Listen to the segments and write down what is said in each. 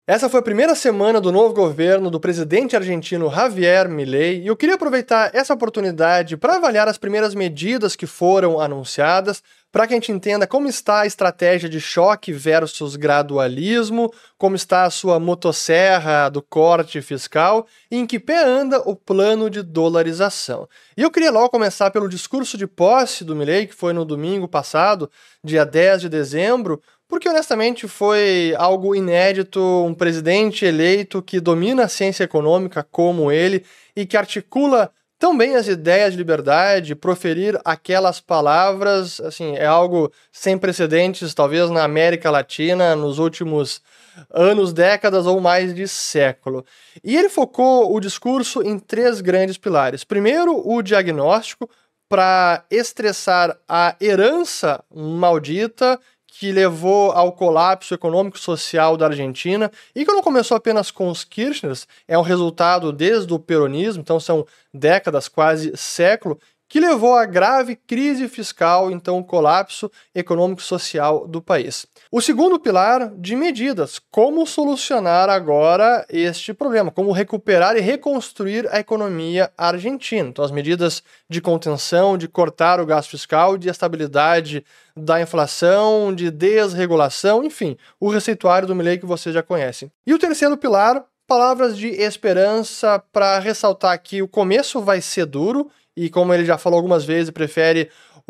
Essa foi a primeira semana do novo governo do presidente argentino Javier Milei e eu queria aproveitar essa oportunidade para avaliar as primeiras medidas que foram anunciadas, para que a gente entenda como está a estratégia de choque versus gradualismo, como está a sua motosserra do corte fiscal e em que pé anda o plano de dolarização. E eu queria logo começar pelo discurso de posse do Milei, que foi no domingo passado, dia 10 de dezembro, porque honestamente foi algo inédito, um presidente eleito que domina a ciência econômica como ele e que articula tão bem as ideias de liberdade, proferir aquelas palavras, assim, é algo sem precedentes, talvez na América Latina, nos últimos anos, décadas ou mais de século. E ele focou o discurso em 3 grandes pilares. Primeiro, o diagnóstico para estressar a herança maldita que levou ao colapso econômico e social da Argentina e que não começou apenas com os Kirchners, é um resultado desde o peronismo, então são décadas, quase século, que levou à grave crise fiscal, então o colapso econômico e social do país. O segundo pilar de medidas, como solucionar agora este problema, como recuperar e reconstruir a economia argentina. Então as medidas de contenção, de cortar o gasto fiscal, de estabilidade da inflação, de desregulação, enfim, o receituário do Milei que vocês já conhecem. E o terceiro pilar, palavras de esperança para ressaltar que o começo vai ser duro, e como ele já falou algumas vezes, prefere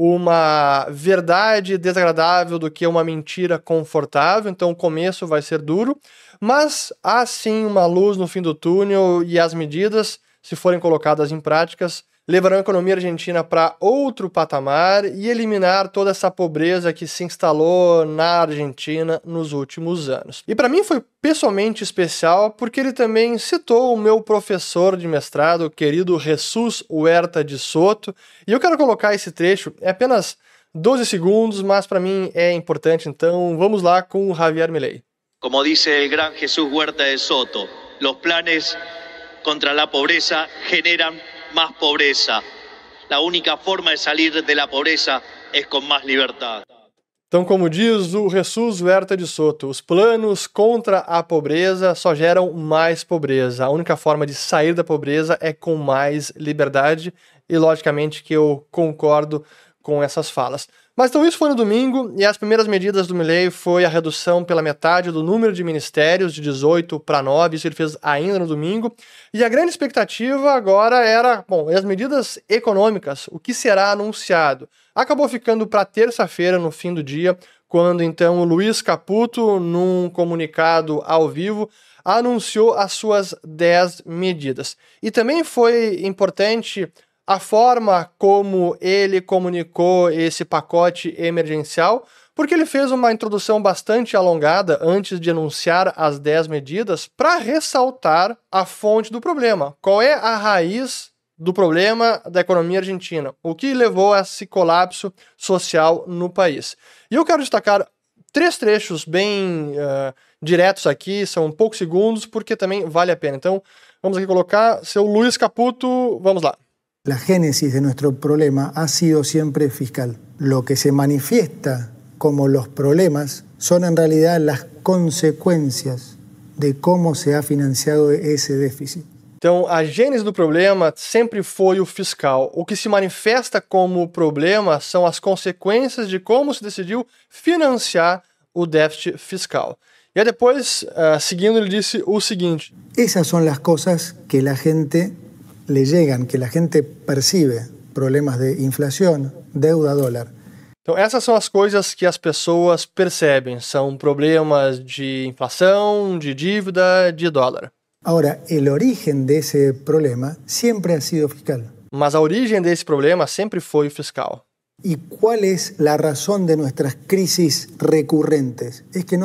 uma verdade desagradável do que uma mentira confortável, então o começo vai ser duro, mas há sim uma luz no fim do túnel e as medidas, se forem colocadas em práticas, levarão a economia argentina para outro patamar e eliminar toda essa pobreza que se instalou na Argentina nos últimos anos. E para mim foi pessoalmente especial porque ele também citou o meu professor de mestrado, o querido Jesús Huerta de Soto, e eu quero colocar esse trecho, é apenas 12 segundos, mas para mim é importante, então vamos lá com o Javier Milei. Como dice el gran Jesús Huerta de Soto, los planes contra la pobreza generan más pobreza. La única forma de salir de la pobreza es con más libertad. Então, como diz o Jesús Huerta de Soto, os planos contra a pobreza só geram mais pobreza. A única forma de sair da pobreza é com mais liberdade e, logicamente, que eu concordo com essas falas. Mas então isso foi no domingo e as primeiras medidas do Milei foi a redução pela metade do número de ministérios, de 18 para 9, isso ele fez ainda no domingo. E a grande expectativa agora era, as medidas econômicas, o que será anunciado. Acabou ficando para terça-feira, no fim do dia, quando então o Luiz Caputo, num comunicado ao vivo, anunciou as suas 10 medidas. E também foi importante a forma como ele comunicou esse pacote emergencial, porque ele fez uma introdução bastante alongada antes de anunciar as 10 medidas para ressaltar a fonte do problema. Qual é a raiz do problema da economia argentina? O que levou a esse colapso social no país? E eu quero destacar 3 trechos bem diretos aqui, são poucos segundos, porque também vale a pena. Então, vamos aqui colocar seu Luiz Caputo, vamos lá. La génesis de nuestro problema ha sido siempre fiscal. Lo que se manifiesta como los problemas son en realidad las consecuencias de cómo se ha financiado ese déficit. Então, a gênese do problema sempre foi o fiscal. O que se manifesta como problema são as consequências de como se decidiu financiar o déficit fiscal. E aí depois, seguindo, ele disse o seguinte: Esas son las cosas que la gente le llegan, que la gente percibe, problemas de inflación, deuda, dólar. Então essas são as coisas que as pessoas percebem, são problemas de inflação, de dívida, de dólar. Ahora, el origen de ese problema siempre ha sido fiscal. Mas a origem desse problema sempre foi o fiscal. ¿Y cuál es la razón de nuestras crisis recurrentes? Es que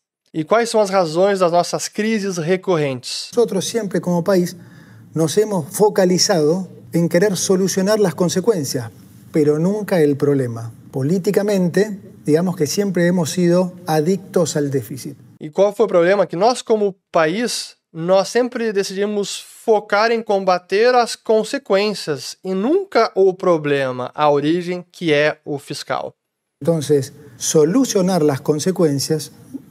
E quais são as razões das nossas crises recorrentes? Nosotros siempre como país nos hemos focalizado en querer solucionar las consecuencias, pero nunca el problema. Políticamente, digamos que siempre hemos sido adictos al déficit. E qual foi o problema? Que nós, como país, nós sempre decidimos focar em combater as consequências e nunca o problema, a origem, que é o fiscal. Entonces, solucionar las consecuencias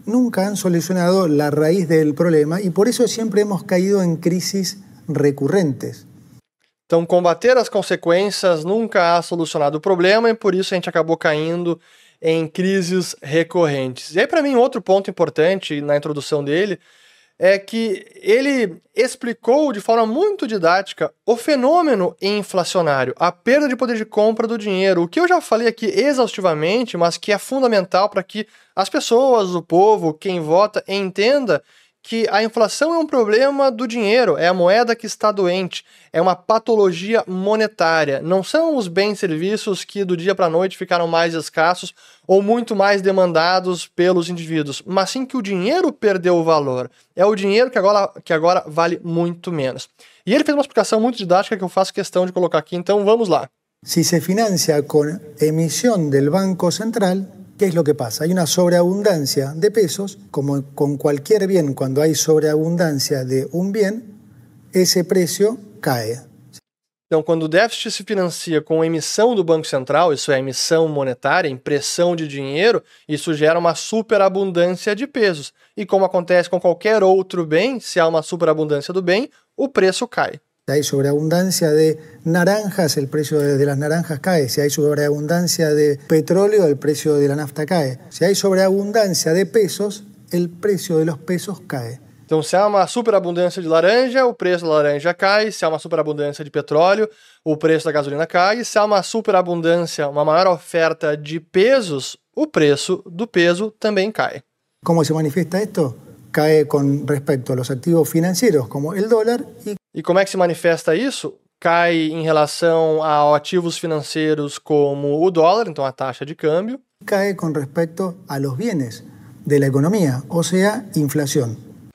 nunca han solucionado la raíz del problema y por eso siempre hemos caído en crisis recurrentes. Então, combater as consequências nunca ha solucionado o problema e por isso a gente acabou caindo em crises recorrentes. E aí, para mim, outro ponto importante na introdução dele é que ele explicou de forma muito didática o fenômeno inflacionário, a perda de poder de compra do dinheiro, o que eu já falei aqui exaustivamente, mas que é fundamental para que as pessoas, o povo, quem vota, entenda que a inflação é um problema do dinheiro, é a moeda que está doente, é uma patologia monetária. Não são os bens e serviços que do dia para a noite ficaram mais escassos ou muito mais demandados pelos indivíduos, mas sim que o dinheiro perdeu o valor. É o dinheiro que agora vale muito menos. E ele fez uma explicação muito didática que eu faço questão de colocar aqui, então vamos lá. Si se financia con emisión del Banco Central, ¿qué es lo que pasa? Hay una sobreabundancia de pesos, como con cualquier bien, cuando hay sobreabundancia de un bien, esse preço cae. Então, quando o déficit se financia com emissão do Banco Central, isso é emissão monetária, impressão de dinheiro, isso gera uma superabundância de pesos. E como acontece com qualquer outro bem, se há uma superabundância do bem, o preço cai. Si hay sobreabundancia de naranjas, el precio de las naranjas cae. Si hay sobreabundancia de petróleo, el precio de la nafta cae. Si hay sobreabundancia de pesos, el precio de los pesos cae. Então, se há uma superabundância de laranja, o preço da laranja cai. Se há uma superabundância de petróleo, o preço da gasolina cai. Se há uma superabundância, uma maior oferta de pesos, o preço do peso também cai. ¿Cómo se manifiesta esto? Cae con respecto a los activos financieros, como el dólar. E como é que se manifesta isso? Cai em relação a ativos financeiros como o dólar, então a taxa de câmbio. Cae con respecto a los bienes de la economía, o sea, inflación.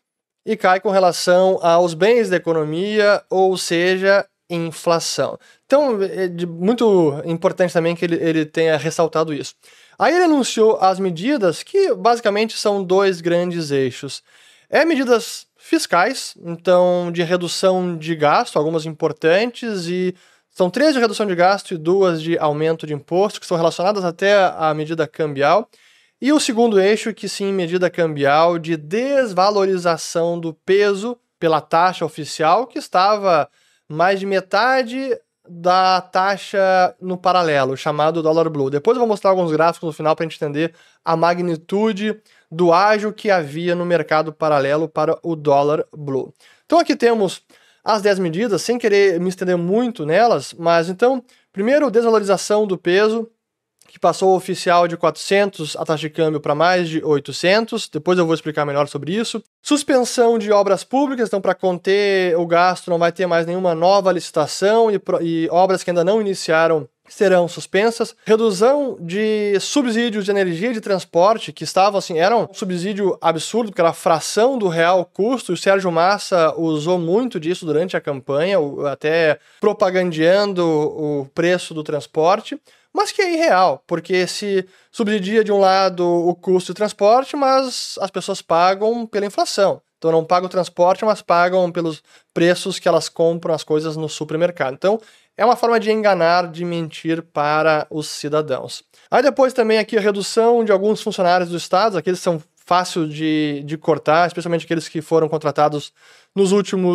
E cai com relação aos bens da economia, ou seja, inflação. Então, é muito importante também que ele tenha ressaltado isso. Aí ele anunciou as medidas que basicamente são dois grandes eixos. Medidas fiscais, então de redução de gasto, algumas importantes, e são 3 de redução de gasto e 2 de aumento de imposto, que são relacionadas até à medida cambial. E o segundo eixo, que sim, medida cambial de desvalorização do peso pela taxa oficial, que estava mais de metade da taxa no paralelo, chamado dólar blue. Depois eu vou mostrar alguns gráficos no final para a gente entender a magnitude do ágio que havia no mercado paralelo para o dólar blue. Então aqui temos as 10 medidas, sem querer me estender muito nelas, mas então, primeiro, desvalorização do peso, que passou o oficial de 400 a taxa de câmbio para mais de 800, depois eu vou explicar melhor sobre isso. Suspensão de obras públicas, então para conter o gasto não vai ter mais nenhuma nova licitação e obras que ainda não iniciaram serão suspensas. Redução de subsídios de energia e de transporte, que estavam assim, era um subsídio absurdo, porque era a fração do real custo, e o Sérgio Massa usou muito disso durante a campanha, até propagandeando o preço do transporte, mas que é irreal, porque se subsidia de um lado o custo de transporte, mas as pessoas pagam pela inflação. Então não pagam o transporte, mas pagam pelos preços que elas compram as coisas no supermercado. Então é uma forma de enganar, de mentir para os cidadãos. Aí depois também aqui a redução de alguns funcionários do Estado, aqueles que são fáceis de cortar, especialmente aqueles que foram contratados no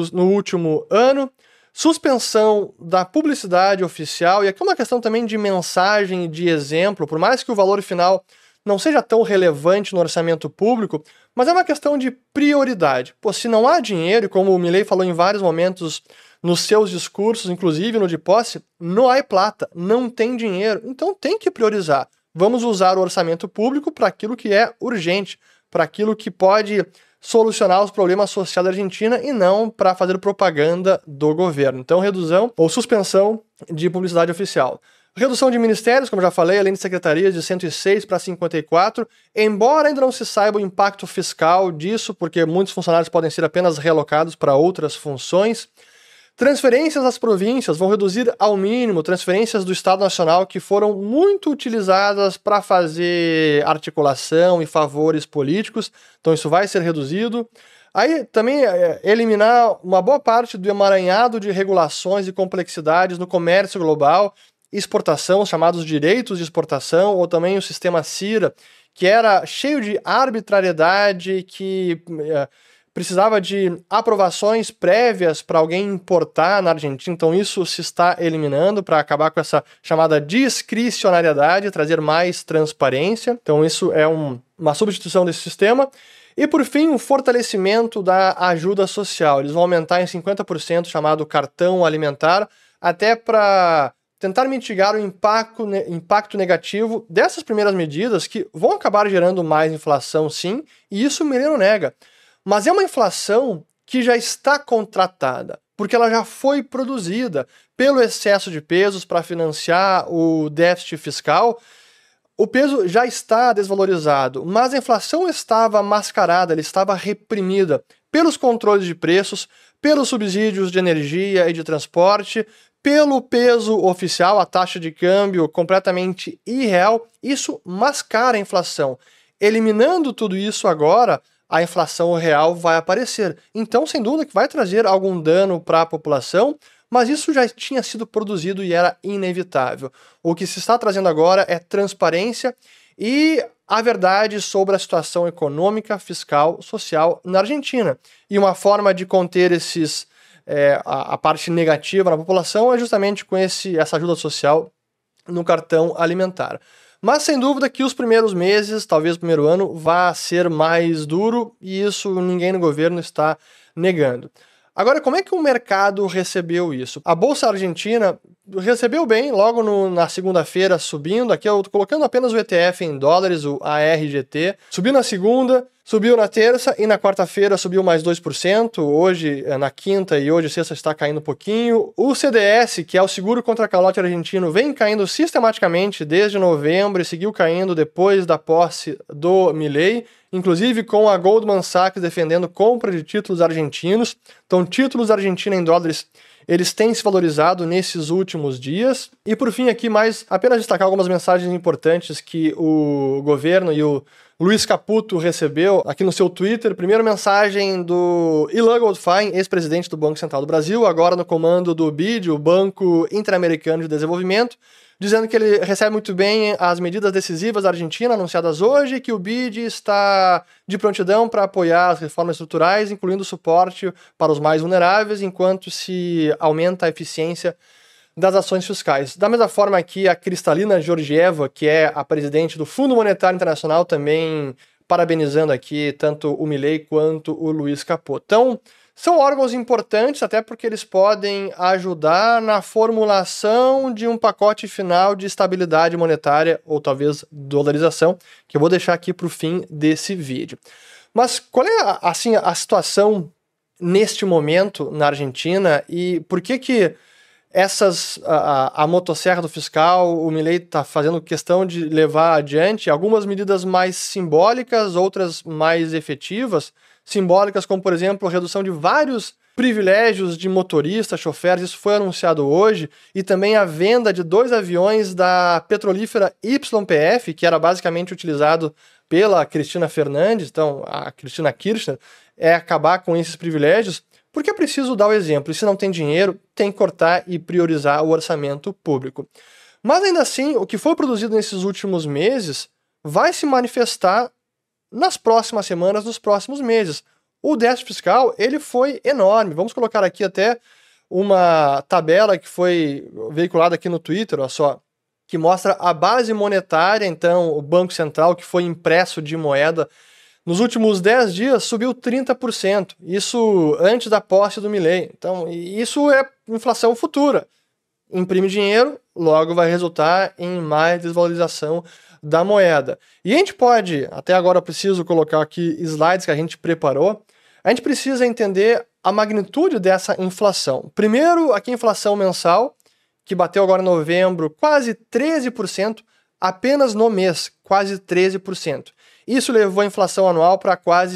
último ano. Suspensão da publicidade oficial, e aqui é uma questão também de mensagem e de exemplo, por mais que o valor final não seja tão relevante no orçamento público, mas é uma questão de prioridade. Pô, se não há dinheiro, e como o Milei falou em vários momentos nos seus discursos, inclusive no de posse, não há plata, não tem dinheiro, então tem que priorizar. Vamos usar o orçamento público para aquilo que é urgente, para aquilo que pode solucionar os problemas sociais da Argentina e não para fazer propaganda do governo. Então, redução ou suspensão de publicidade oficial. Redução de ministérios, como já falei, além de secretarias de 106 para 54, embora ainda não se saiba o impacto fiscal disso, porque muitos funcionários podem ser apenas realocados para outras funções. Transferências às províncias vão reduzir ao mínimo transferências do Estado Nacional que foram muito utilizadas para fazer articulação e favores políticos, então isso vai ser reduzido. Aí também eliminar uma boa parte do emaranhado de regulações e complexidades no comércio global, exportação, os chamados direitos de exportação, ou também o sistema CIRA, que era cheio de arbitrariedade, que precisava de aprovações prévias para alguém importar na Argentina. Então isso se está eliminando para acabar com essa chamada discricionariedade, trazer mais transparência. Então isso é uma substituição desse sistema. E por fim, o fortalecimento da ajuda social. Eles vão aumentar em 50% chamado cartão alimentar, até para tentar mitigar o impacto negativo dessas primeiras medidas, que vão acabar gerando mais inflação, sim, e isso o Milei não nega. Mas é uma inflação que já está contratada, porque ela já foi produzida pelo excesso de pesos para financiar o déficit fiscal. O peso já está desvalorizado, mas a inflação estava mascarada, ela estava reprimida pelos controles de preços, pelos subsídios de energia e de transporte, pelo peso oficial, a taxa de câmbio completamente irreal. Isso mascara a inflação. Eliminando tudo isso agora, a inflação real vai aparecer. Então, sem dúvida que vai trazer algum dano para a população, mas isso já tinha sido produzido e era inevitável. O que se está trazendo agora é transparência e a verdade sobre a situação econômica, fiscal, social na Argentina. E uma forma de conter a parte negativa na população é justamente com essa ajuda social no cartão alimentar. Mas sem dúvida que os primeiros meses, talvez o primeiro ano, vai ser mais duro e isso ninguém no governo está negando. Agora, como é que o mercado recebeu isso? A Bolsa Argentina recebeu bem, logo na segunda-feira subindo. Aqui eu estou colocando apenas o ETF em dólares, o ARGT. Subiu na segunda, subiu na terça e na quarta-feira subiu mais 2%. Hoje, na quinta e hoje, sexta, está caindo um pouquinho. O CDS, que é o seguro contra calote argentino, vem caindo sistematicamente desde novembro e seguiu caindo depois da posse do Milei, inclusive com a Goldman Sachs defendendo compra de títulos argentinos. Então, títulos argentinos em dólares, eles têm se valorizado nesses últimos dias. E por fim aqui, apenas destacar algumas mensagens importantes que o governo e o Luiz Caputo recebeu aqui no seu Twitter. Primeiro, mensagem do Ilan Goldfein, ex-presidente do Banco Central do Brasil, agora no comando do BID, o Banco Interamericano de Desenvolvimento, dizendo que ele recebe muito bem as medidas decisivas da Argentina anunciadas hoje e que o BID está de prontidão para apoiar as reformas estruturais, incluindo suporte para os mais vulneráveis, enquanto se aumenta a eficiência das ações fiscais. Da mesma forma que a Kristalina Georgieva, que é a presidente do Fundo Monetário Internacional, também parabenizando aqui tanto o Milei quanto o Luiz Caputo. Então, são órgãos importantes, até porque eles podem ajudar na formulação de um pacote final de estabilidade monetária, ou talvez dolarização, que eu vou deixar aqui para o fim desse vídeo. Mas qual é a situação neste momento na Argentina e por que a motosserra do fiscal, o Milei está fazendo questão de levar adiante algumas medidas mais simbólicas, outras mais efetivas? Simbólicas, como, por exemplo, a redução de vários privilégios de motoristas, choferes, isso foi anunciado hoje, e também a venda de 2 aviões da petrolífera YPF, que era basicamente utilizado pela Cristina Fernandes, então a Cristina Kirchner, é acabar com esses privilégios, porque é preciso dar o exemplo, e se não tem dinheiro, tem que cortar e priorizar o orçamento público. Mas ainda assim, o que foi produzido nesses últimos meses vai se manifestar nas próximas semanas, nos próximos meses. O déficit fiscal, ele foi enorme. Vamos colocar aqui até uma tabela que foi veiculada aqui no Twitter, olha só, que mostra a base monetária, então o Banco Central, que foi impresso de moeda, nos últimos 10 dias subiu 30%. Isso antes da posse do Milei. Então, isso é inflação futura. Imprime dinheiro, logo vai resultar em mais desvalorização da moeda. E a gente pode, até agora eu preciso colocar aqui slides que a gente preparou, a gente precisa entender a magnitude dessa inflação. Primeiro, aqui a inflação mensal, que bateu agora em novembro quase 13%, apenas no mês, quase 13%. Isso levou a inflação anual para quase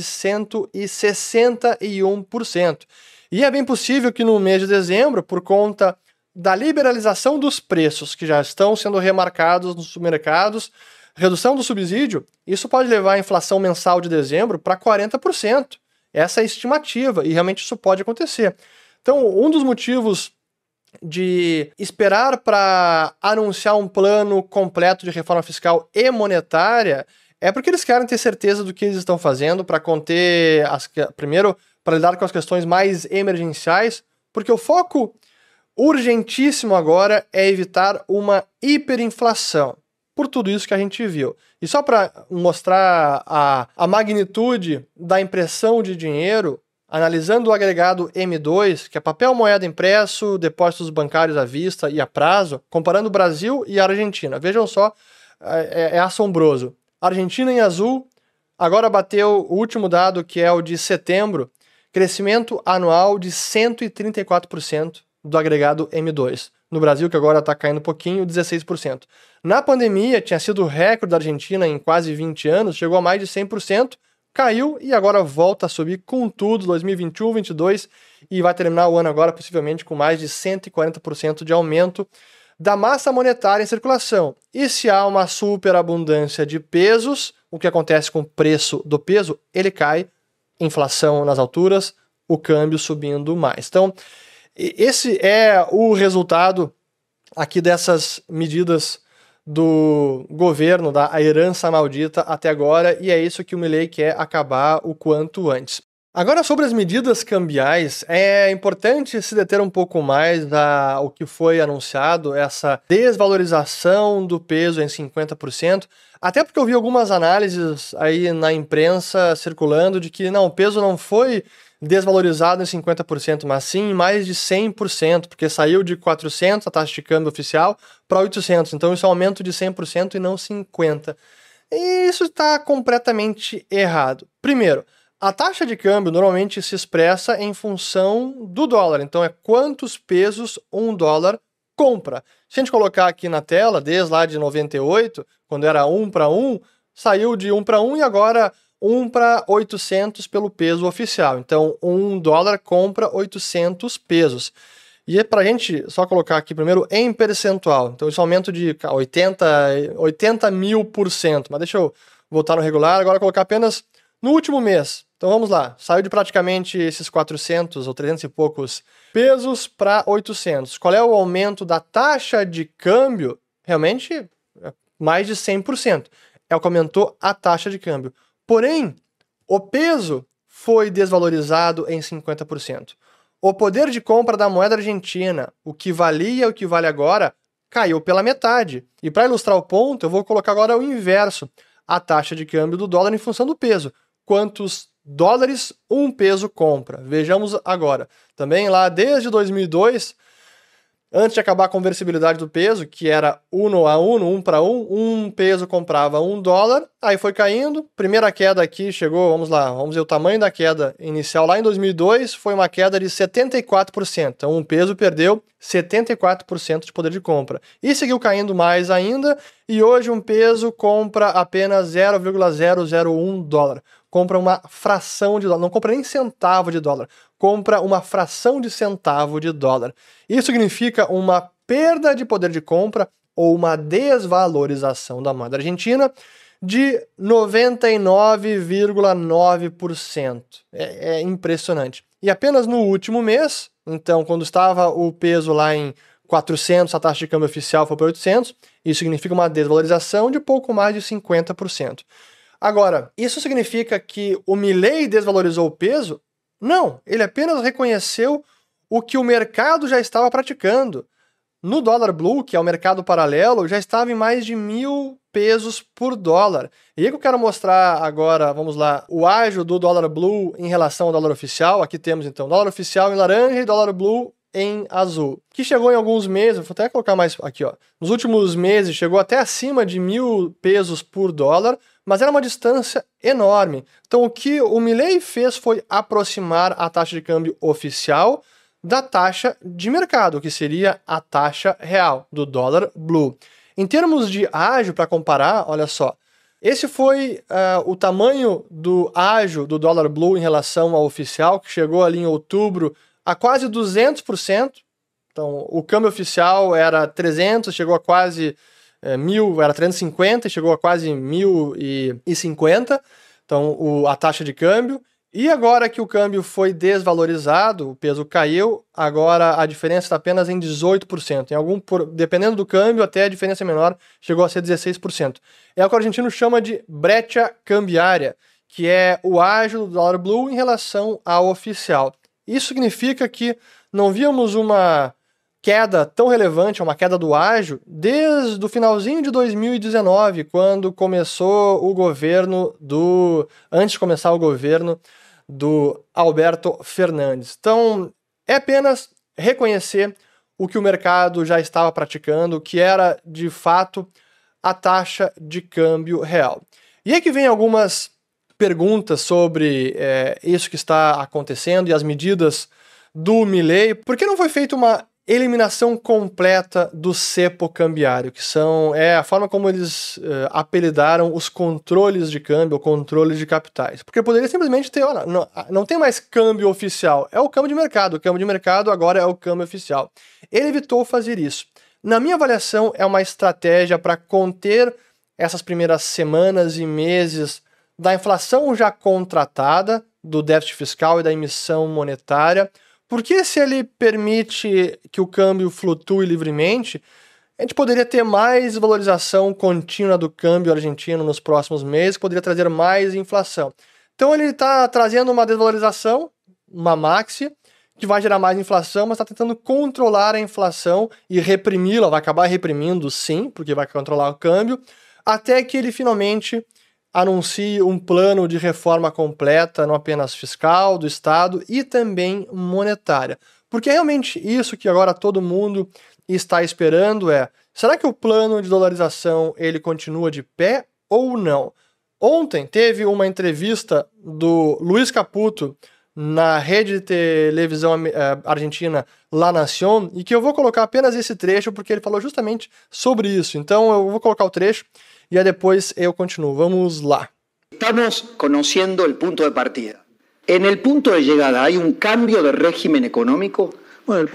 161%. E é bem possível que no mês de dezembro, por conta da liberalização dos preços que já estão sendo remarcados nos supermercados, redução do subsídio, isso pode levar a inflação mensal de dezembro para 40%. Essa é a estimativa e realmente isso pode acontecer. Então, um dos motivos de esperar para anunciar um plano completo de reforma fiscal e monetária é porque eles querem ter certeza do que eles estão fazendo para conter, primeiro, para lidar com as questões mais emergenciais, porque o foco urgentíssimo agora é evitar uma hiperinflação, por tudo isso que a gente viu. E só para mostrar a magnitude da impressão de dinheiro, analisando o agregado M2, que é papel moeda impresso, depósitos bancários à vista e a prazo, comparando o Brasil e a Argentina. Vejam só, é assombroso. Argentina em azul, agora bateu o último dado, que é o de setembro, crescimento anual de 134% do agregado M2. No Brasil, que agora está caindo um pouquinho, 16%. Na pandemia, tinha sido o recorde da Argentina em quase 20 anos, chegou a mais de 100%, caiu e agora volta a subir com tudo, 2021, 2022, e vai terminar o ano agora possivelmente com mais de 140% de aumento da massa monetária em circulação. E se há uma superabundância de pesos, o que acontece com o preço do peso? Ele cai, inflação nas alturas, o câmbio subindo mais. Então, esse é o resultado aqui dessas medidas do governo, da herança maldita até agora, e é isso que o Milei quer acabar o quanto antes. Agora, sobre as medidas cambiais, é importante se deter um pouco mais ao que foi anunciado, essa desvalorização do peso em 50%, até porque eu vi algumas análises aí na imprensa circulando de que não, o peso não foi desvalorizado em 50%, mas sim em mais de 100%, porque saiu de 400 a taxa de câmbio oficial para 800, então isso é um aumento de 100% e não 50%. E isso está completamente errado. Primeiro, a taxa de câmbio normalmente se expressa em função do dólar, então é quantos pesos um dólar compra. Se a gente colocar aqui na tela, desde lá de 98, quando era 1 para 1, saiu de 1 para 1 e agora 1 para 800 pelo peso oficial. Então, $1 compra 800 pesos. E é para a gente só colocar aqui primeiro em percentual. Então, isso é um aumento de 80 mil%. Mas deixa eu voltar no regular, agora colocar apenas no último mês. Então, vamos lá. Saiu de praticamente esses 400 ou 300 e poucos pesos para 800. Qual é o aumento da taxa de câmbio? Realmente, mais de 100%. É o que aumentou a taxa de câmbio. Porém, o peso foi desvalorizado em 50%. O poder de compra da moeda argentina, o que valia e o que vale agora, caiu pela metade. E para ilustrar o ponto, eu vou colocar agora o inverso. A taxa de câmbio do dólar em função do peso. Quantos dólares um peso compra? Vejamos agora. Também lá desde 2002... Antes de acabar a conversibilidade do peso, que era 1 a 1, 1 para 1, um peso comprava $1, aí foi caindo, primeira queda aqui chegou, vamos ver o tamanho da queda inicial lá em 2002, foi uma queda de 74%, então um peso perdeu 74% de poder de compra. E seguiu caindo mais ainda, e hoje um peso compra apenas $0,001. Compra uma fração de dólar, não compra nem centavo de dólar, compra uma fração de centavo de dólar. Isso significa uma perda de poder de compra ou uma desvalorização da moeda argentina de 99,9%. É impressionante. E apenas no último mês, então, quando estava o peso lá em 400, a taxa de câmbio oficial foi para 800, isso significa uma desvalorização de pouco mais de 50%. Agora, isso significa que o Milei desvalorizou o peso? Não, ele apenas reconheceu o que o mercado já estava praticando. No dólar blue, que é o mercado paralelo, já estava em mais de 1.000 pesos por dólar. E aí que eu quero mostrar agora, vamos lá, o ágio do dólar blue em relação ao dólar oficial. Aqui temos então dólar oficial em laranja e dólar blue em azul, que chegou em alguns meses, vou até colocar mais aqui, ó. Nos últimos meses chegou até acima de 1.000 pesos por dólar, mas era uma distância enorme. Então o que o Milei fez foi aproximar a taxa de câmbio oficial da taxa de mercado, que seria a taxa real do dólar blue. Em termos de ágio, para comparar, olha só, esse foi o tamanho do ágio do dólar blue em relação ao oficial, que chegou ali em outubro a quase 200%. Então, o câmbio oficial era 300, chegou a quase 1.000, era 350, chegou a quase 1.050. Então, a taxa de câmbio. E agora que o câmbio foi desvalorizado, o peso caiu, agora a diferença está apenas em 18%. Dependendo do câmbio, até a diferença menor, chegou a ser 16%. É o que o argentino chama de brecha cambiária, que é o ágio do dólar blue em relação ao oficial. Isso significa que não víamos uma queda tão relevante, uma queda do ágio, desde o finalzinho de 2019, quando começou o governo antes de começar o governo do Alberto Fernandes. Então, é apenas reconhecer o que o mercado já estava praticando, que era, de fato, a taxa de câmbio real. E aí que vem algumas perguntas sobre isso que está acontecendo e as medidas do Milei. Por que não foi feita uma eliminação completa do cepo cambiário, que é a forma como eles apelidaram os controles de câmbio, ou controles de capitais? Porque poderia simplesmente ter, olha, não tem mais câmbio oficial, é o câmbio de mercado. O câmbio de mercado agora é o câmbio oficial. Ele evitou fazer isso. Na minha avaliação, é uma estratégia para conter essas primeiras semanas e meses da inflação já contratada, do déficit fiscal e da emissão monetária. Porque se ele permite que o câmbio flutue livremente, a gente poderia ter mais valorização contínua do câmbio argentino nos próximos meses, poderia trazer mais inflação. Então ele está trazendo uma desvalorização, uma maxi, que vai gerar mais inflação, mas está tentando controlar a inflação e reprimi-la, vai acabar reprimindo sim, porque vai controlar o câmbio, até que ele finalmente anuncie um plano de reforma completa, não apenas fiscal, do Estado e também monetária. Porque é realmente isso que agora todo mundo está esperando será que o plano de dolarização ele continua de pé ou não? Ontem teve uma entrevista do Luiz Caputo na rede de televisão argentina La Nación, e que eu vou colocar apenas esse trecho porque ele falou justamente sobre isso. Então eu vou colocar o trecho y después yo continúo. Vamos lá. Estamos conociendo el punto de partida. En el punto de llegada, ¿hay un cambio de régimen económico? Bueno,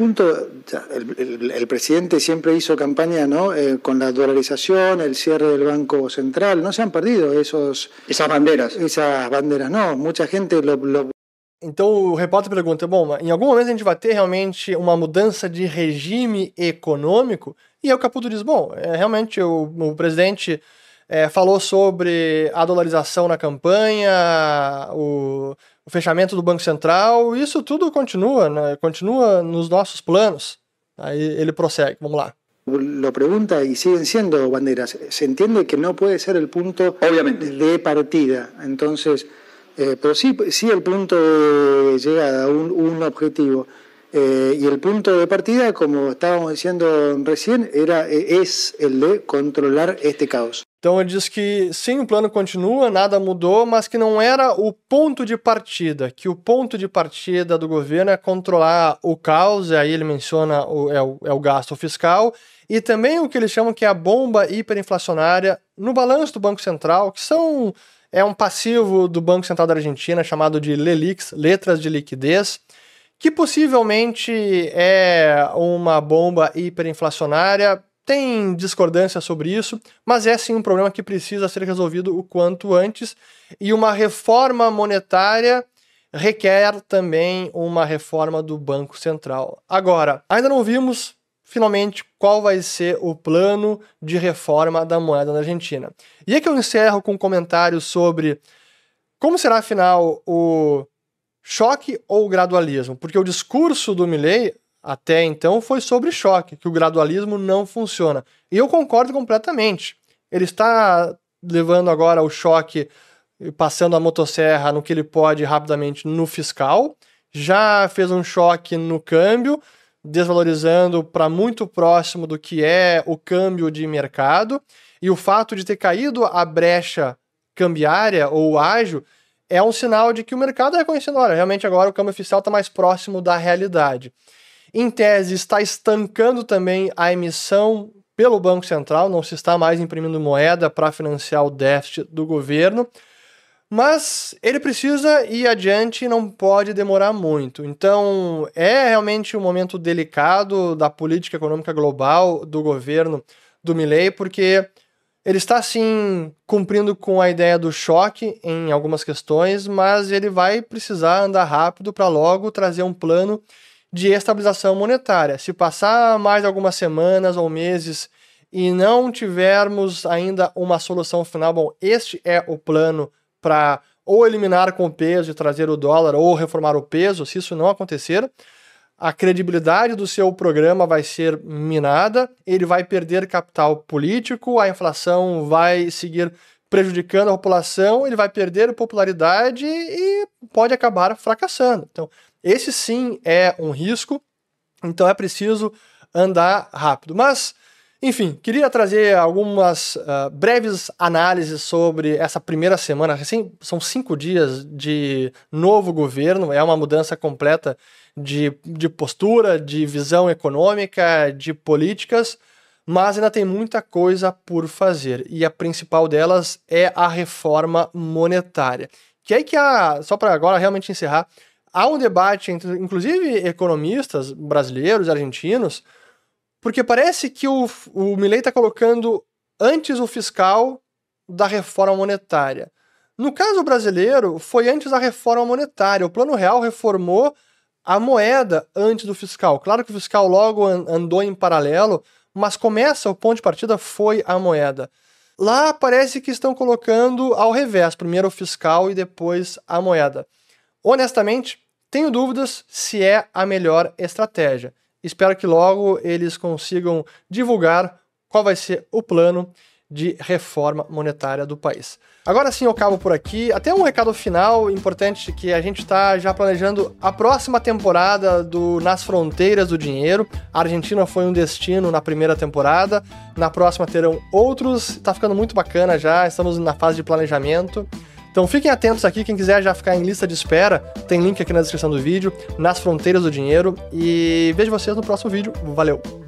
el presidente siempre hizo campaña, ¿no? Con la dolarización, el cierre del Banco Central. No se han perdido esas banderas. Esas banderas, no. Mucha gente lo... Então o repórter pergunta, bom, em algum momento a gente vai ter realmente uma mudança de regime econômico? E aí o Caputo diz, bom, realmente o presidente falou sobre a dolarização na campanha, o fechamento do Banco Central, isso tudo continua, né? Continua nos nossos planos. Aí ele prossegue, vamos lá. Lo pregunta y siguen siendo banderas. Se entiende que no puede ser el punto, obviamente, de partida. Entonces, pero sí el punto de llegada, un objetivo. Y el punto de partida, como estábamos diciendo recién, es el de controlar este caos. Então ele diz que sim, o plano continua, nada mudou, mas que não era o ponto de partida, que o ponto de partida do governo é controlar o caos, e aí ele menciona o gasto fiscal, e também o que eles chamam que é a bomba hiperinflacionária no balanço do Banco Central, que é um passivo do Banco Central da Argentina chamado de LELIQs, letras de liquidez, que possivelmente é uma bomba hiperinflacionária. Tem discordância sobre isso, mas é sim um problema que precisa ser resolvido o quanto antes, e uma reforma monetária requer também uma reforma do Banco Central. Agora, ainda não vimos finalmente qual vai ser o plano de reforma da moeda na Argentina. E é que eu encerro com um comentário sobre como será afinal o choque ou gradualismo, porque o discurso do Milei até então foi sobre choque, que o gradualismo não funciona. E eu concordo completamente. Ele está levando agora o choque, passando a motosserra no que ele pode rapidamente no fiscal, já fez um choque no câmbio, desvalorizando para muito próximo do que é o câmbio de mercado, e o fato de ter caído a brecha cambiária ou ágio é um sinal de que o mercado é reconhecendo, olha, realmente agora o câmbio oficial está mais próximo da realidade. Em tese, está estancando também a emissão pelo Banco Central, não se está mais imprimindo moeda para financiar o déficit do governo, mas ele precisa ir adiante e não pode demorar muito. Então, é realmente um momento delicado da política econômica global do governo do Milei, porque Ele está, sim, cumprindo com a ideia do choque em algumas questões, mas ele vai precisar andar rápido para logo trazer um plano de estabilização monetária. Se passar mais algumas semanas ou meses e não tivermos ainda uma solução final, bom, este é o plano para ou eliminar com o peso e trazer o dólar ou reformar o peso. Se isso não acontecer, a credibilidade do seu programa vai ser minada, ele vai perder capital político, a inflação vai seguir prejudicando a população, ele vai perder popularidade e pode acabar fracassando. Então, esse sim é um risco, então é preciso andar rápido. Mas, enfim, queria trazer algumas breves análises sobre essa primeira semana. São 5 dias de novo governo, é uma mudança completa de postura, de visão econômica, de políticas, mas ainda tem muita coisa por fazer. E a principal delas é a reforma monetária. Que é que só para agora realmente encerrar, há um debate entre, inclusive, economistas brasileiros e argentinos, porque parece que o Milei está colocando antes o fiscal da reforma monetária. No caso brasileiro, foi antes da reforma monetária. O Plano Real reformou a moeda antes do fiscal. Claro que o fiscal logo andou em paralelo, mas o ponto de partida foi a moeda. Lá parece que estão colocando ao revés, primeiro o fiscal e depois a moeda. Honestamente, tenho dúvidas se é a melhor estratégia. Espero que logo eles consigam divulgar qual vai ser o plano de reforma monetária do país. Agora sim eu acabo por aqui. Até um recado final importante, que a gente está já planejando a próxima temporada do Nas Fronteiras do Dinheiro. A Argentina foi um destino na primeira temporada, na próxima terão outros, tá ficando muito bacana já, estamos na fase de planejamento. Então fiquem atentos aqui, quem quiser já ficar em lista de espera, tem link aqui na descrição do vídeo, Nas Fronteiras do Dinheiro, e vejo vocês no próximo vídeo. Valeu!